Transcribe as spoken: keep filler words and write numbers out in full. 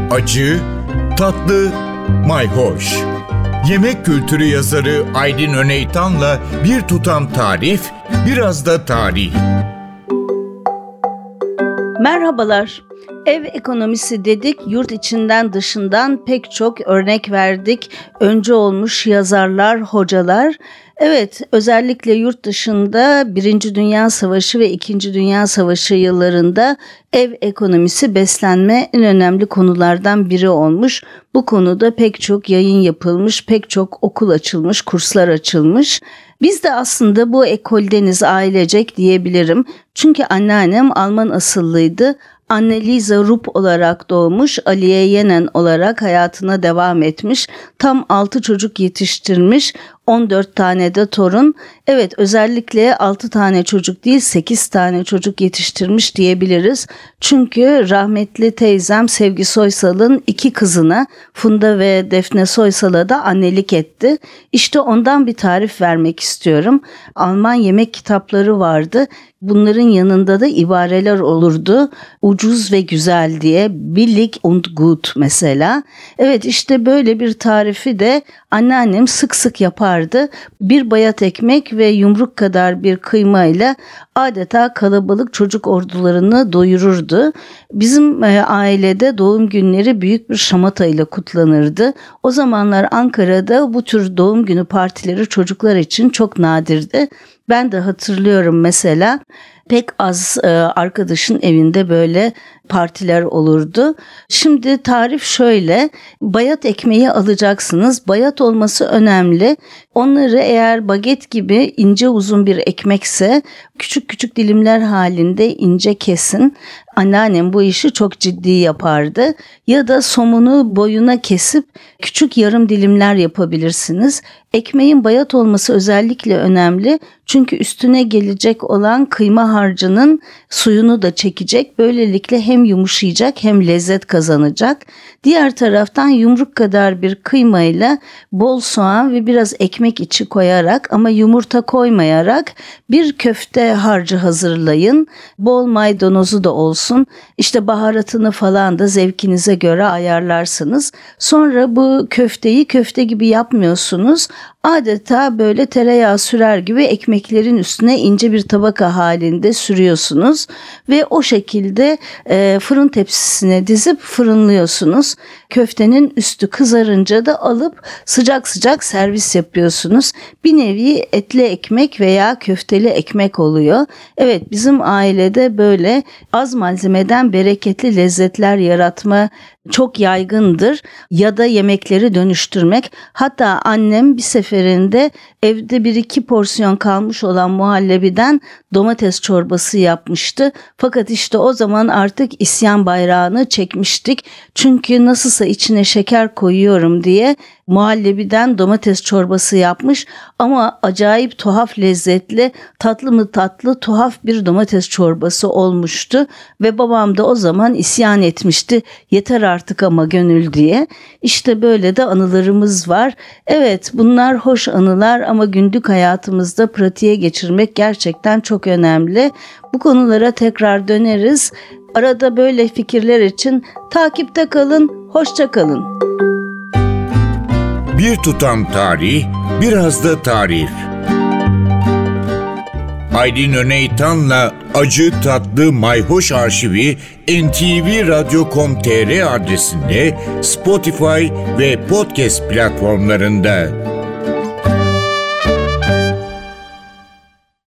acı, tatlı, mayhoş. Yemek kültürü yazarı Aydin Öneytan'la bir tutam tarif, biraz da tarih. Merhabalar. Ev ekonomisi dedik, yurt içinden dışından pek çok örnek verdik. Öncü olmuş yazarlar, hocalar. Evet, özellikle yurt dışında Birinci Dünya Savaşı ve İkinci Dünya Savaşı yıllarında ev ekonomisi beslenme en önemli konulardan biri olmuş. Bu konuda pek çok yayın yapılmış, pek çok okul açılmış, kurslar açılmış. Biz de aslında bu ekoldeniz ailecek diyebilirim. Çünkü anneannem Alman asıllıydı. Anneliese Rupp olarak doğmuş, Aliye Yenen olarak hayatına devam etmiş. Tam altı çocuk yetiştirmiş, on dört tane de torun. Evet, özellikle altı tane çocuk değil sekiz tane çocuk yetiştirmiş diyebiliriz. Çünkü rahmetli teyzem Sevgi Soysal'ın iki kızına, Funda ve Defne Soysal'a da annelik etti. İşte ondan bir tarif vermek istiyorum. Alman yemek kitapları vardı. Bunların yanında da ibareler olurdu. Ucuz ve güzel diye. Billig und gut mesela. Evet, işte böyle bir tarifi de anneannem sık sık yapardı. Bir bayat ekmek ve yumruk kadar bir kıymayla adeta kalabalık çocuk ordularını doyururdu. Bizim ailede doğum günleri büyük bir şamata ile kutlanırdı. O zamanlar Ankara'da bu tür doğum günü partileri çocuklar için çok nadirdi. Ben de hatırlıyorum mesela pek az e, arkadaşın evinde böyle partiler olurdu. Şimdi tarif şöyle: bayat ekmeği alacaksınız. Bayat olması önemli. Onları eğer baget gibi ince uzun bir ekmekse küçük küçük dilimler halinde ince kesin. Anneannem bu işi çok ciddi yapardı. Ya da somunu boyuna kesip küçük yarım dilimler yapabilirsiniz. Ekmeğin bayat olması özellikle önemli. Çünkü üstüne gelecek olan kıyma harcının suyunu da çekecek. Böylelikle hem yumuşayacak hem lezzet kazanacak. Diğer taraftan yumruk kadar bir kıymayla bol soğan ve biraz ekmek içi koyarak ama yumurta koymayarak bir köfte harcı hazırlayın. Bol maydanozu da olsun. İşte baharatını falan da zevkinize göre ayarlarsınız. Sonra bu köfteyi köfte gibi yapmıyorsunuz. Adeta böyle tereyağı sürer gibi ekmeklerin üstüne ince bir tabaka halinde sürüyorsunuz ve o şekilde e, fırın tepsisine dizip fırınlıyorsunuz. Köftenin üstü kızarınca da alıp sıcak sıcak servis yapıyorsunuz. Bir nevi etli ekmek veya köfteli ekmek oluyor. Evet, bizim ailede böyle az malzemeden bereketli lezzetler yaratma çok yaygındır ya da yemekleri dönüştürmek. Hatta annem bir seferinde evde bir iki porsiyon kalmış olan muhallebiden domates çorbası yapmıştı. Fakat işte o zaman artık isyan bayrağını çekmiştik. Çünkü nasılsa içine şeker koyuyorum diye muhallebiden domates çorbası yapmış ama acayip tuhaf lezzetli, tatlı mı tatlı tuhaf bir domates çorbası olmuştu ve babam da o zaman isyan etmişti. Yeter artık ama gönül diye. İşte böyle de anılarımız var. Evet, bunlar hoş anılar ama günlük hayatımızda pratiğe geçirmek gerçekten çok önemli. Bu konulara tekrar döneriz. Arada böyle fikirler için takipte kalın, hoşça kalın. Bir tutam tarih, biraz da tarif. Aydin Öneytan'la acı tatlı mayhoş arşivi en ti vi radyo nokta com nokta te er adresinde, Spotify ve podcast platformlarında.